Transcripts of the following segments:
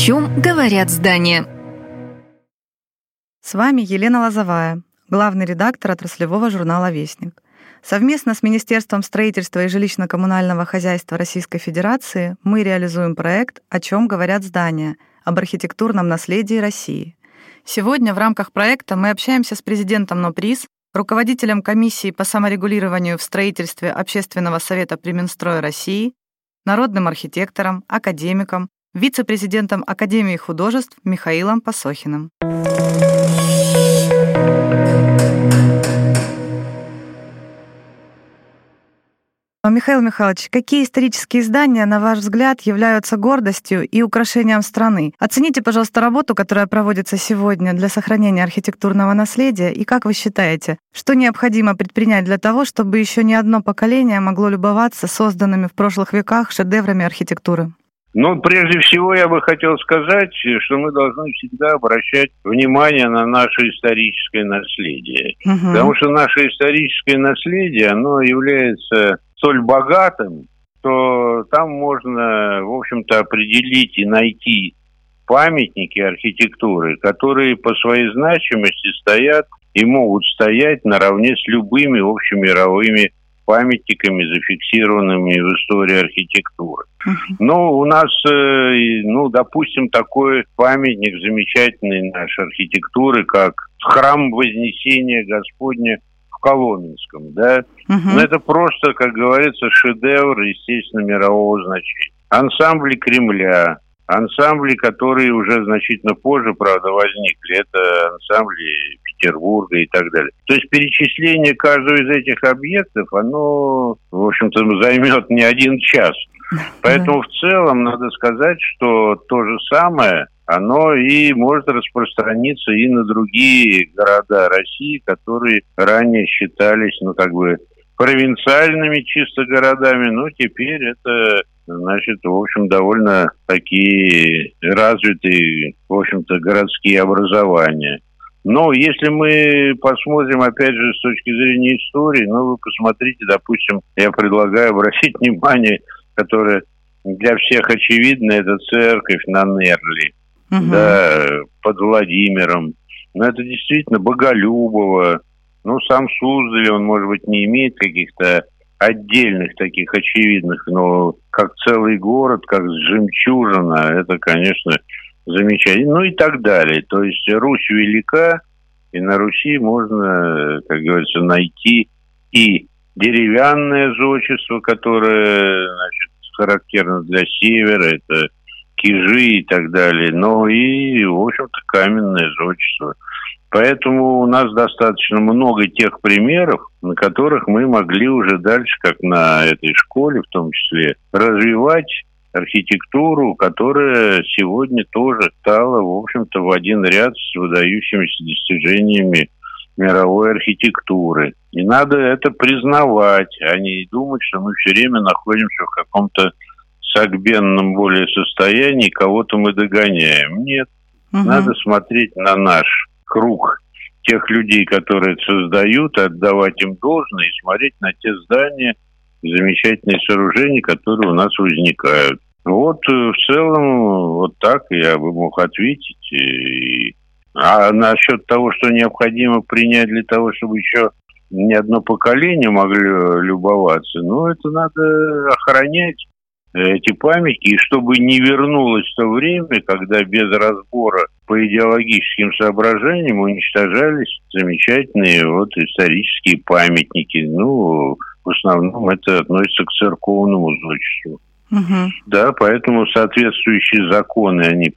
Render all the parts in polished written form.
чем говорят здания? С вами Елена Лозовая, главный редактор отраслевого журнала «Вестник». Совместно с Министерством строительства и жилищно-коммунального хозяйства Российской Федерации мы реализуем проект «О чем говорят здания» об архитектурном наследии России. Сегодня в рамках проекта мы общаемся с президентом НОПРИС, руководителем комиссии по саморегулированию в строительстве Общественного совета при Минстрое России, народным архитектором, академиком, вице-президентом Академии художеств Михаилом Пасохиным. Михаил Михайлович, какие исторические здания, на ваш взгляд, являются гордостью и украшением страны? Оцените, пожалуйста, работу, которая проводится сегодня для сохранения архитектурного наследия, и как вы считаете, что необходимо предпринять для того, чтобы еще не одно поколение могло любоваться созданными в прошлых веках шедеврами архитектуры? Прежде всего, я бы хотел сказать, что мы должны всегда обращать внимание на наше историческое наследие. Потому что наше историческое наследие, оно является столь богатым, что там можно, в общем-то, определить и найти памятники архитектуры, которые по своей значимости стоят и могут стоять наравне с любыми общемировыми памятниками, зафиксированными в истории архитектуры. У нас, допустим, такой памятник замечательный нашей архитектуры, как храм Вознесения Господня в Коломенском, да? Но это просто, как говорится, шедевр, естественно, мирового значения. Ансамбли Кремля, ансамбли, которые уже значительно позже, правда, возникли, это ансамбли Петербурга и так далее. То есть перечисление каждого из этих объектов, оно, в общем-то, займет не один час. Поэтому в целом надо сказать, что то же самое, оно и может распространиться и на другие города России, которые ранее считались, провинциальными чисто городами, но теперь это, в общем, довольно такие развитые, в общем-то, городские образования. Но если мы посмотрим, опять же, с точки зрения истории, вы посмотрите, допустим, я предлагаю обратить внимание, которая для всех очевидна, это церковь на Нерли, под Владимиром. Это действительно Боголюбово. Сам Суздаль, он, может быть, не имеет каких-то отдельных таких очевидных, но как целый город, как жемчужина, это, конечно, замечательно. И так далее. То есть Русь велика, и на Руси можно, как говорится, найти и деревянное зодчество, которое, характерно для севера, это кижи и так далее, но и, в общем-то, каменное зодчество. Поэтому у нас достаточно много тех примеров, на которых мы могли уже дальше, как на этой школе в том числе, развивать архитектуру, которая сегодня тоже стала, в общем-то, в один ряд с выдающимися достижениями мировой архитектуры. И надо это признавать, а не думать, что мы все время находимся в каком-то согбенном более состоянии, кого-то мы догоняем. Нет. Надо смотреть на наш круг тех людей, которые это создают, отдавать им должное и смотреть на те здания, замечательные сооружения, которые у нас возникают. В целом, так я бы мог ответить. А насчет того, что необходимо принять для того, чтобы еще не одно поколение могли любоваться, это надо охранять эти памятники, и чтобы не вернулось то время, когда без разбора по идеологическим соображениям уничтожались замечательные исторические памятники. В основном это относится к церковному зодчеству. Да, поэтому соответствующие законы, они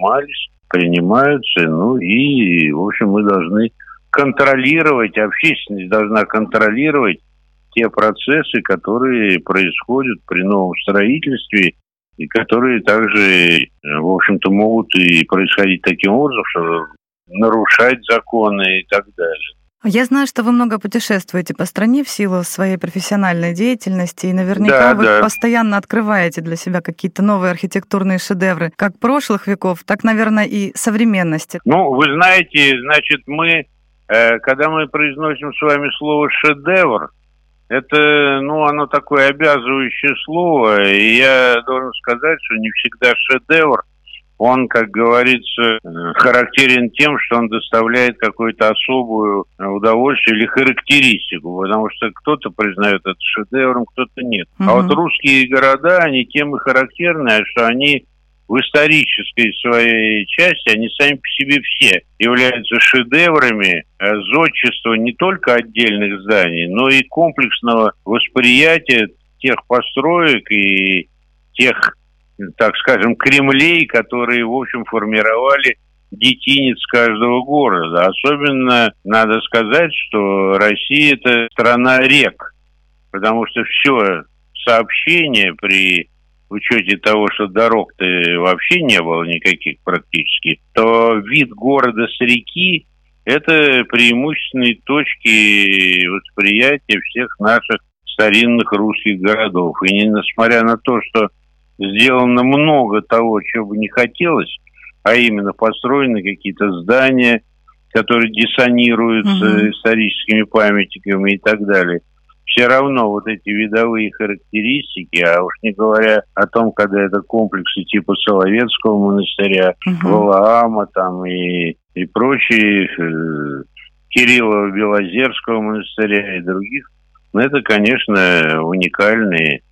принимаются, и, в общем, мы должны контролировать, общественность должна контролировать те процессы, которые происходят при новом строительстве, и которые также, в общем-то, могут и происходить таким образом, что нарушать законы и так далее. Я знаю, что вы много путешествуете по стране в силу своей профессиональной деятельности, и наверняка вы постоянно открываете для себя какие-то новые архитектурные шедевры, как прошлых веков, так, наверное, и современности. Вы знаете, мы, когда мы произносим с вами слово «шедевр», это, оно такое обязывающее слово, и я должен сказать, что не всегда шедевр он, как говорится, характерен тем, что он доставляет какое-то особое удовольствие или характеристику, потому что кто-то признает это шедевром, кто-то нет. А вот русские города, они тем и характерны, что они в исторической своей части, они сами по себе все являются шедеврами зодчества не только отдельных зданий, но и комплексного восприятия тех построек и тех, так скажем, кремлей, которые, в общем, формировали детинец каждого города. Особенно надо сказать, что Россия – это страна рек, потому что все сообщение при учете того, что дорог-то вообще не было никаких практически, то вид города с реки – это преимущественные точки восприятия всех наших старинных русских городов. И несмотря на то, что сделано много того, чего бы не хотелось, а именно построены какие-то здания, которые диссонируются историческими памятниками и так далее, все равно вот эти видовые характеристики, а уж не говоря о том, когда это комплексы типа Соловецкого монастыря, Валаама там и прочие, Кириллово-Белозерского монастыря и других, это, конечно, уникальные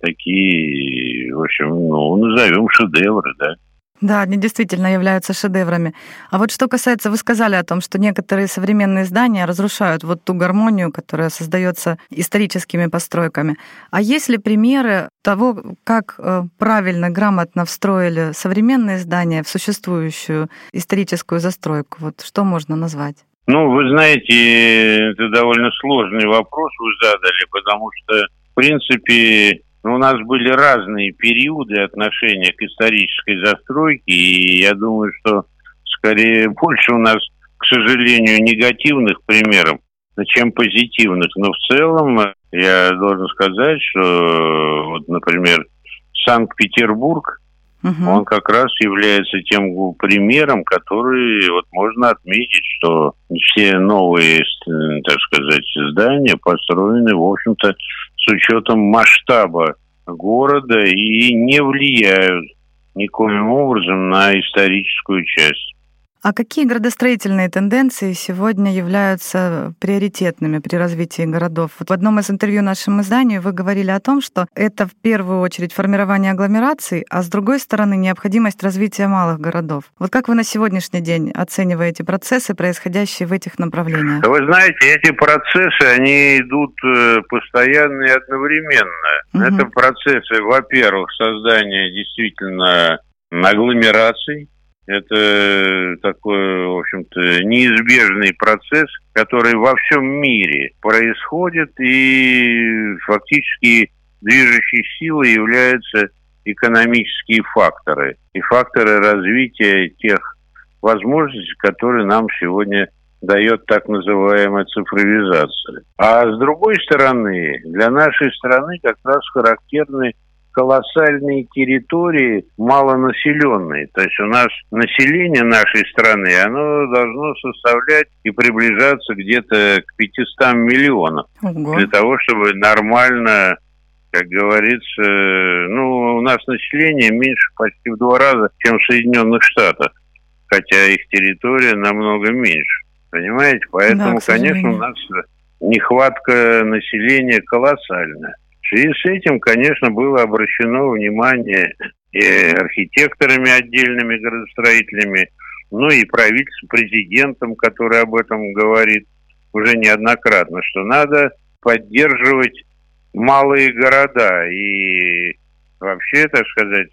такие, в общем, назовем шедевры, да. Да, они действительно являются шедеврами. А вот что касается, вы сказали о том, что некоторые современные здания разрушают вот ту гармонию, которая создается историческими постройками. А есть ли примеры того, как правильно, грамотно встроили современные здания в существующую историческую застройку? Вот что можно назвать? Вы знаете, это довольно сложный вопрос вы задали, потому что, в принципе, у нас были разные периоды отношения к исторической застройке, и я думаю, что скорее больше у нас, к сожалению, негативных примеров, чем позитивных. Но в целом я должен сказать, что, вот, например, Санкт-Петербург, он как раз является тем примером, который вот можно отметить, что все новые, так сказать, здания построены, в общем-то, с учетом масштаба города и не влияют никоим образом на историческую часть. А какие градостроительные тенденции сегодня являются приоритетными при развитии городов? Вот в одном из интервью нашему изданию вы говорили о том, что это в первую очередь формирование агломераций, а с другой стороны необходимость развития малых городов. Вот как вы на сегодняшний день оцениваете процессы, происходящие в этих направлениях? Вы знаете, эти процессы, они идут постоянно и одновременно. Это процессы, во-первых, создания действительно агломераций. Это такой, в общем-то, неизбежный процесс, который во всем мире происходит, и фактически движущей силой являются экономические факторы и факторы развития тех возможностей, которые нам сегодня дает так называемая цифровизация. А с другой стороны, для нашей страны как раз характерны колоссальные территории малонаселенные. То есть у нас население нашей страны, оно должно составлять и приближаться где-то к 500 миллионам. Для того, чтобы нормально, как говорится, у нас население меньше почти в 2 раза, чем в Соединенных Штатах, хотя их территория намного меньше. Понимаете? Поэтому, да, конечно, у нас нехватка населения колоссальная. В связи с этим, конечно, было обращено внимание и архитекторами отдельными градостроителями, и правительством, президентом, который об этом говорит уже неоднократно, что надо поддерживать малые города и вообще, так сказать,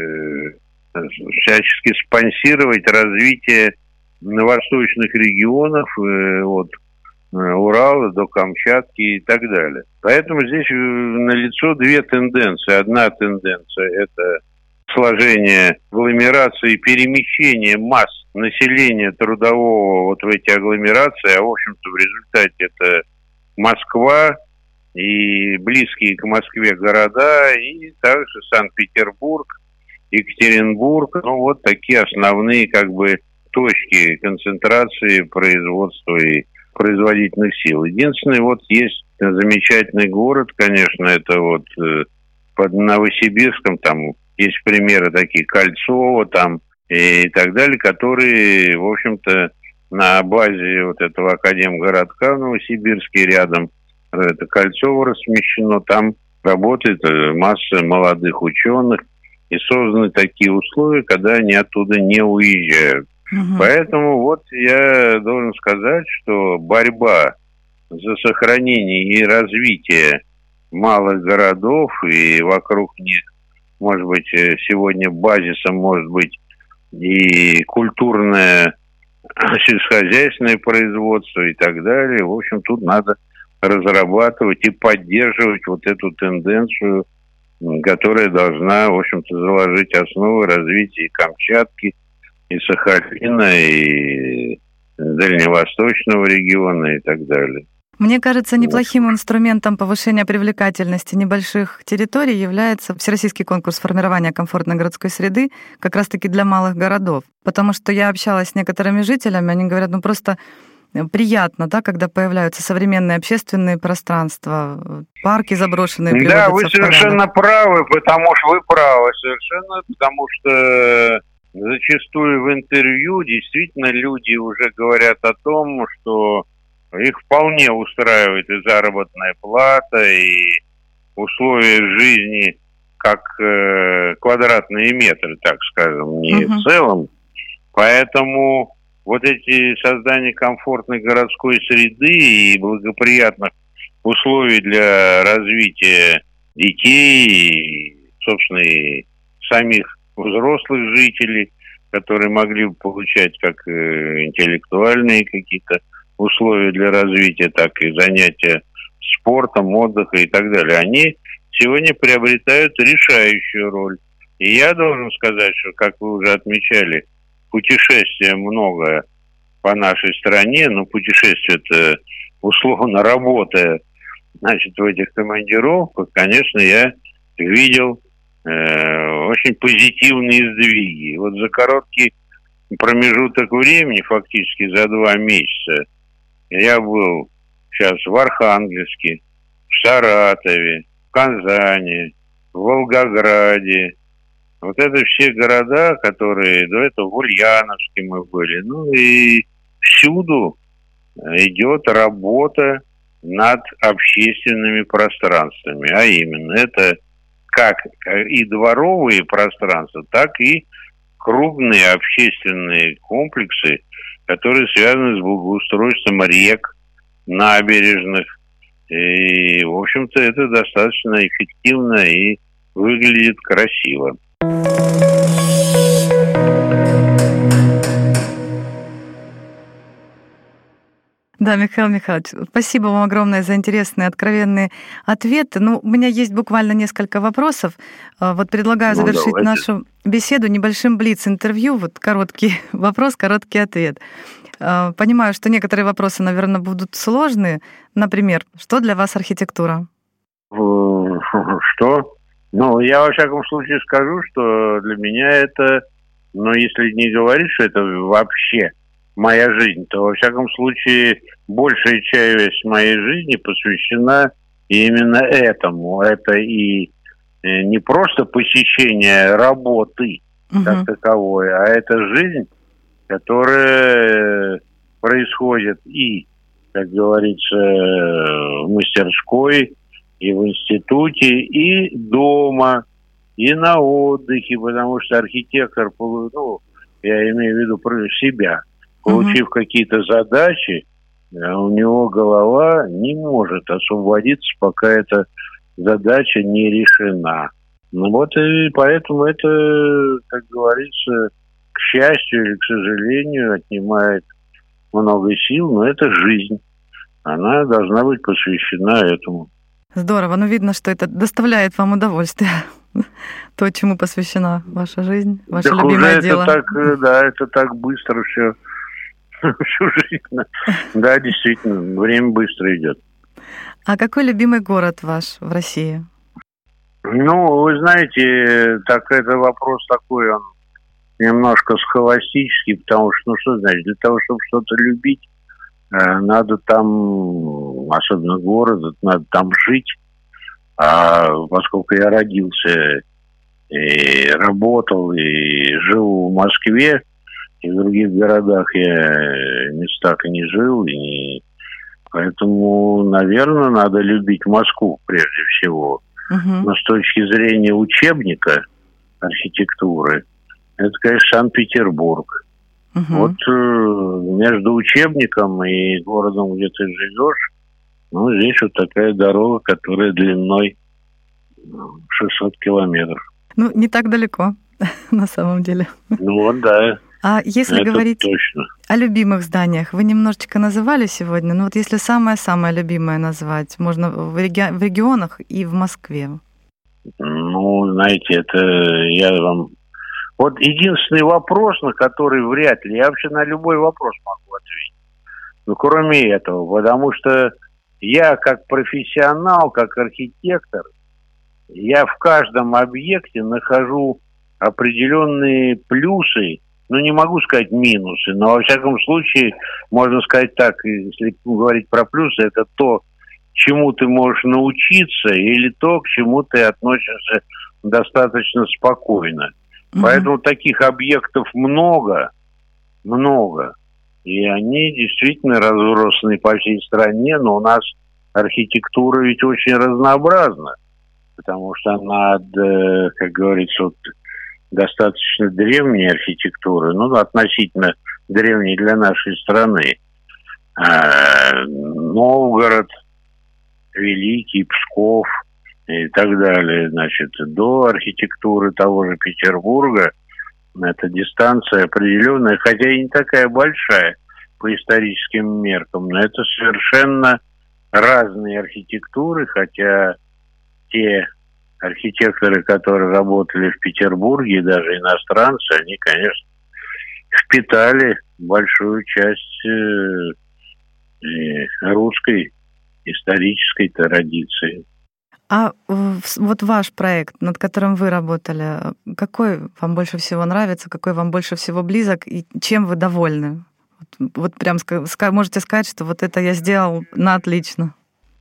всячески спонсировать развитие восточных регионов от Урала до Камчатки и так далее. Поэтому здесь налицо 2 тенденции. Одна тенденция – это сложение агломерации, перемещение масс населения трудового вот в эти агломерации, а в общем-то в результате это Москва и близкие к Москве города, и также Санкт-Петербург, Екатеринбург. Вот такие основные точки концентрации производства и производительных сил. Единственное, есть замечательный город, конечно, это под Новосибирском, там есть примеры такие, Кольцово, там и так далее, которые, в общем-то, на базе вот этого академгородка в Новосибирске рядом, это Кольцово размещено, там работает масса молодых ученых, и созданы такие условия, когда они оттуда не уезжают. Поэтому вот я должен сказать, что борьба за сохранение и развитие малых городов, и вокруг них, может быть, сегодня базисом может быть и культурное сельскохозяйственное производство и так далее. В общем, тут надо разрабатывать и поддерживать вот эту тенденцию, которая должна, в общем-то, заложить основы развития и Камчатки, и Сахалина, и Дальневосточного региона и так далее. Мне кажется, неплохим инструментом повышения привлекательности небольших территорий является Всероссийский конкурс формирования комфортной городской среды как раз-таки для малых городов. Потому что я общалась с некоторыми жителями, они говорят, просто приятно, да, когда появляются современные общественные пространства, парки заброшенные приводятся в порядок. Да, вы совершенно правы, потому что зачастую в интервью действительно люди уже говорят о том, что их вполне устраивает и заработная плата, и условия жизни как квадратные метры, так скажем, не в целом. Поэтому вот эти создания комфортной городской среды и благоприятных условий для развития детей, и, собственно, и самих взрослых жителей, которые могли бы получать как интеллектуальные какие-то условия для развития, так и занятия спортом, отдыха и так далее, они сегодня приобретают решающую роль. И я должен сказать, что, как вы уже отмечали, путешествия много по нашей стране, но путешествия-то условно работая, значит, в этих командировках, конечно, я видел очень позитивные сдвиги. Вот за короткий промежуток времени, фактически за 2 месяца, я был сейчас в Архангельске, в Саратове, в Казани, в Волгограде. Вот это все города, которые до этого в Ульяновске мы были. Ну и всюду идет работа над общественными пространствами. А именно, это как и дворовые пространства, так и крупные общественные комплексы, которые связаны с благоустройством рек, набережных. И, в общем-то, это достаточно эффективно и выглядит красиво. Да, Михаил Михайлович, спасибо вам огромное за интересные, откровенные ответы. У меня есть буквально несколько вопросов. Вот предлагаю завершить нашу беседу небольшим блиц-интервью. Вот короткий вопрос, короткий ответ. Понимаю, что некоторые вопросы, наверное, будут сложные. Например, что для вас архитектура? Что? Я во всяком случае скажу, что для меня это, если не говорить, что это вообще моя жизнь, то во всяком случае большая часть моей жизни посвящена именно этому. Это и не просто посещение работы как таковой, а это жизнь, которая происходит и, как говорится, в мастерской, и в институте, и дома, и на отдыхе, потому что архитектор, я имею в виду про себя, получив какие-то задачи, у него голова не может освободиться, пока эта задача не решена. И поэтому это, как говорится, к счастью или к сожалению, отнимает много сил, но это жизнь. Она должна быть посвящена этому. Здорово. Видно, что это доставляет вам удовольствие. То, чему посвящена ваша жизнь, ваше любимое дело. Это так быстро все. Всю жизнь. Да, действительно, время быстро идет. А какой любимый город ваш в России? Вы знаете, это вопрос такой, он немножко схоластический, потому что, что значит, для того, чтобы что-то любить, надо там, особенно город, надо там жить. А поскольку я родился и работал, и жил в Москве, и в других городах я местах и не жил, и поэтому, наверное, надо любить Москву прежде всего. Но с точки зрения учебника архитектуры, это, конечно, Санкт-Петербург. Вот между учебником и городом, где ты живешь, здесь вот такая дорога, которая длиной 600 километров. Не так далеко, на самом деле. Да. А если говорить точно о любимых зданиях, вы немножечко называли сегодня, но вот если самое-самое любимое назвать, можно в регионах и в Москве. Знаете, это я вам... Вот единственный вопрос, на который вряд ли... Я вообще на любой вопрос могу ответить. Кроме этого, потому что я как профессионал, как архитектор, я в каждом объекте нахожу определенные плюсы, не могу сказать минусы, но во всяком случае, можно сказать так, если говорить про плюсы, это то, чему ты можешь научиться, или то, к чему ты относишься достаточно спокойно. Поэтому таких объектов много, и они действительно разбросаны по всей стране, но у нас архитектура ведь очень разнообразна, потому что она, как говорится, достаточно древняя архитектура, относительно древней для нашей страны. Новгород, Великий, Псков и так далее. Значит, до архитектуры того же Петербурга это дистанция определенная, хотя и не такая большая по историческим меркам, но это совершенно разные архитектуры, хотя те архитекторы, которые работали в Петербурге, и даже иностранцы, они, конечно, впитали большую часть русской исторической традиции. А вот ваш проект, над которым вы работали, какой вам больше всего нравится, какой вам больше всего близок, и чем вы довольны? Вот прям можете сказать, что вот это я сделал на отлично.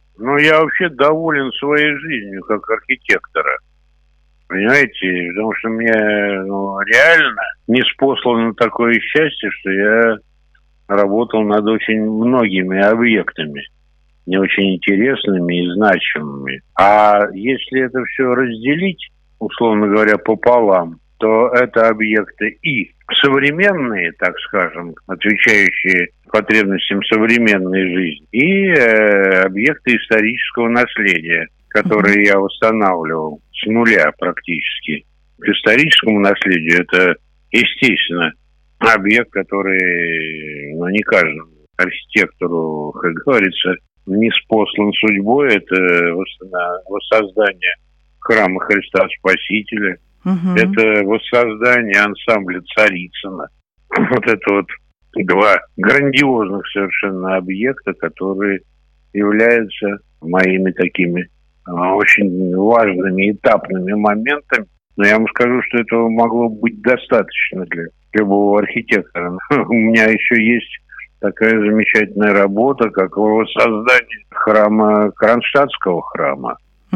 Я вообще доволен своей жизнью как архитектора. Понимаете? Потому что мне реально ниспослано такое счастье, что я работал над очень многими объектами, не очень интересными и значимыми. А если это все разделить, условно говоря, пополам, то это объекты и современные, так скажем, отвечающие потребностям современной жизни, и объекты исторического наследия, которые я восстанавливал с нуля практически. К историческому наследию это, естественно, объект, который не каждому архитектору, как говорится, ниспослан судьбой. Это воссоздание храма Христа Спасителя. Это воссоздание ансамбля Царицына. Вот это два грандиозных совершенно объекта, которые являются моими такими очень важными этапными моментами. Но я вам скажу, что этого могло быть достаточно для любого архитектора. У меня еще есть такая замечательная работа, как воссоздание храма, Кронштадтского храма.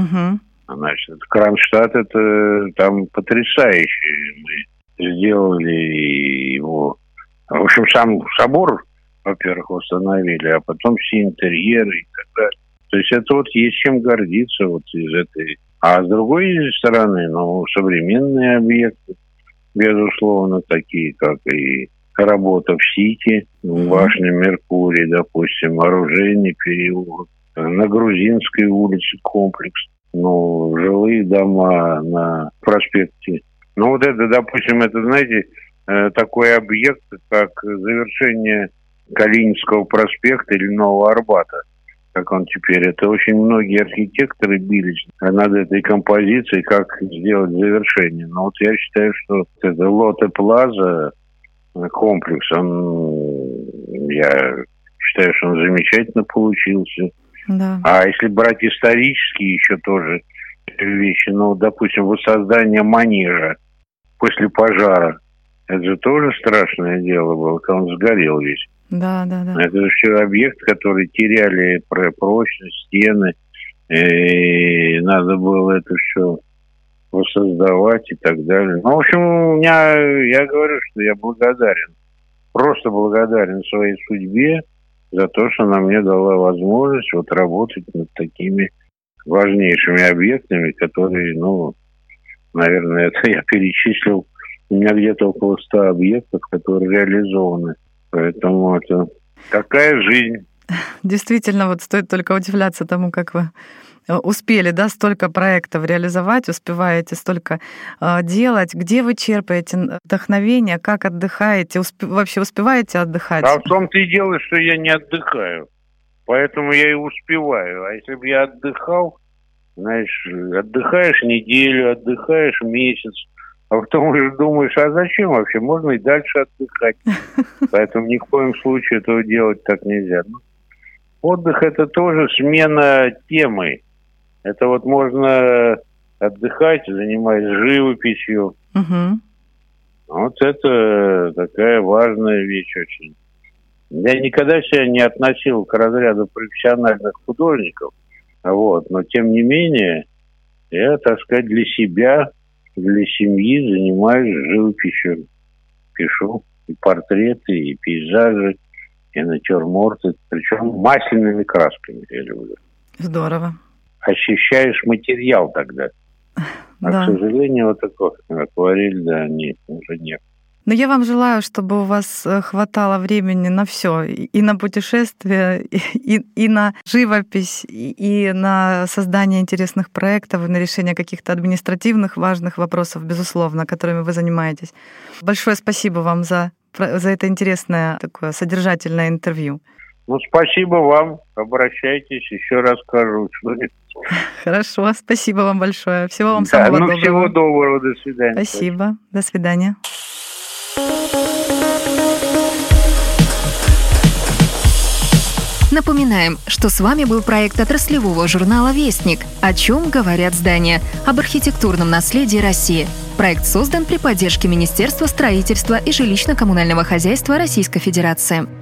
Значит, Кронштадт это там потрясающе. Мы сделали его. В общем, сам собор, во-первых, восстановили, а потом все интерьеры и так далее. То есть это есть чем гордиться из этой. А с другой стороны, современные объекты, безусловно, такие, как и работа в Сити, башня Меркурий, допустим, оружейный переулок, на Грузинской улице комплекс, жилые дома на проспекте. Это, допустим, это, знаете, такой объект, как завершение Калининского проспекта или Нового Арбата, как он теперь. Это очень многие архитекторы бились над этой композицией, как сделать завершение. Но я считаю, что это Лотте Плаза комплекс, я считаю, что он замечательно получился. Да. А если брать исторические еще тоже вещи, допустим, воссоздание манежа после пожара, это же тоже страшное дело было, когда он сгорел весь. Да. Это же все объект, который теряли прочность, стены, и надо было это все воссоздавать и так далее. Ну, в общем, я говорю, что я благодарен, просто благодарен своей судьбе за то, что она мне дала возможность вот работать над такими важнейшими объектами, которые, наверное, это я перечислил, у меня где-то около 100 объектов, которые реализованы. Поэтому это такая жизнь. Действительно, вот стоит только удивляться тому, как вы успели, столько проектов реализовать, успеваете столько делать. Где вы черпаете вдохновение, как отдыхаете, вообще успеваете отдыхать? А в том-то и дело, что я не отдыхаю, поэтому я и успеваю. А если бы я отдыхал, знаешь, отдыхаешь неделю, отдыхаешь месяц, а потом уже думаешь, а зачем вообще? Можно и дальше отдыхать. Поэтому ни в коем случае этого делать так нельзя. Отдых – это тоже смена темы. Это вот можно отдыхать, занимаясь живописью. Угу. Вот это такая важная вещь очень. Я никогда себя не относил к разряду профессиональных художников, но тем не менее я, так сказать, для себя, для семьи занимаюсь живописью. Пишу и портреты, и пейзажи, и натюрморты, причем масляными красками я люблю. Здорово. Ощущаешь материал тогда. Да. К сожалению, вот такой акварель, нет, уже нет. Но я вам желаю, чтобы у вас хватало времени на все, и на путешествия, и на живопись, и на создание интересных проектов, и на решение каких-то административных важных вопросов, безусловно, которыми вы занимаетесь. Большое спасибо вам за это интересное такое содержательное интервью. Спасибо вам. Обращайтесь, еще раз скажу что-нибудь. Хорошо, спасибо вам большое. Всего вам самого доброго. Всего доброго, до свидания. Спасибо, до свидания. Напоминаем, что с вами был проект отраслевого журнала «Вестник. О чем говорят здания» об архитектурном наследии России. Проект создан при поддержке Министерства строительства и жилищно-коммунального хозяйства Российской Федерации.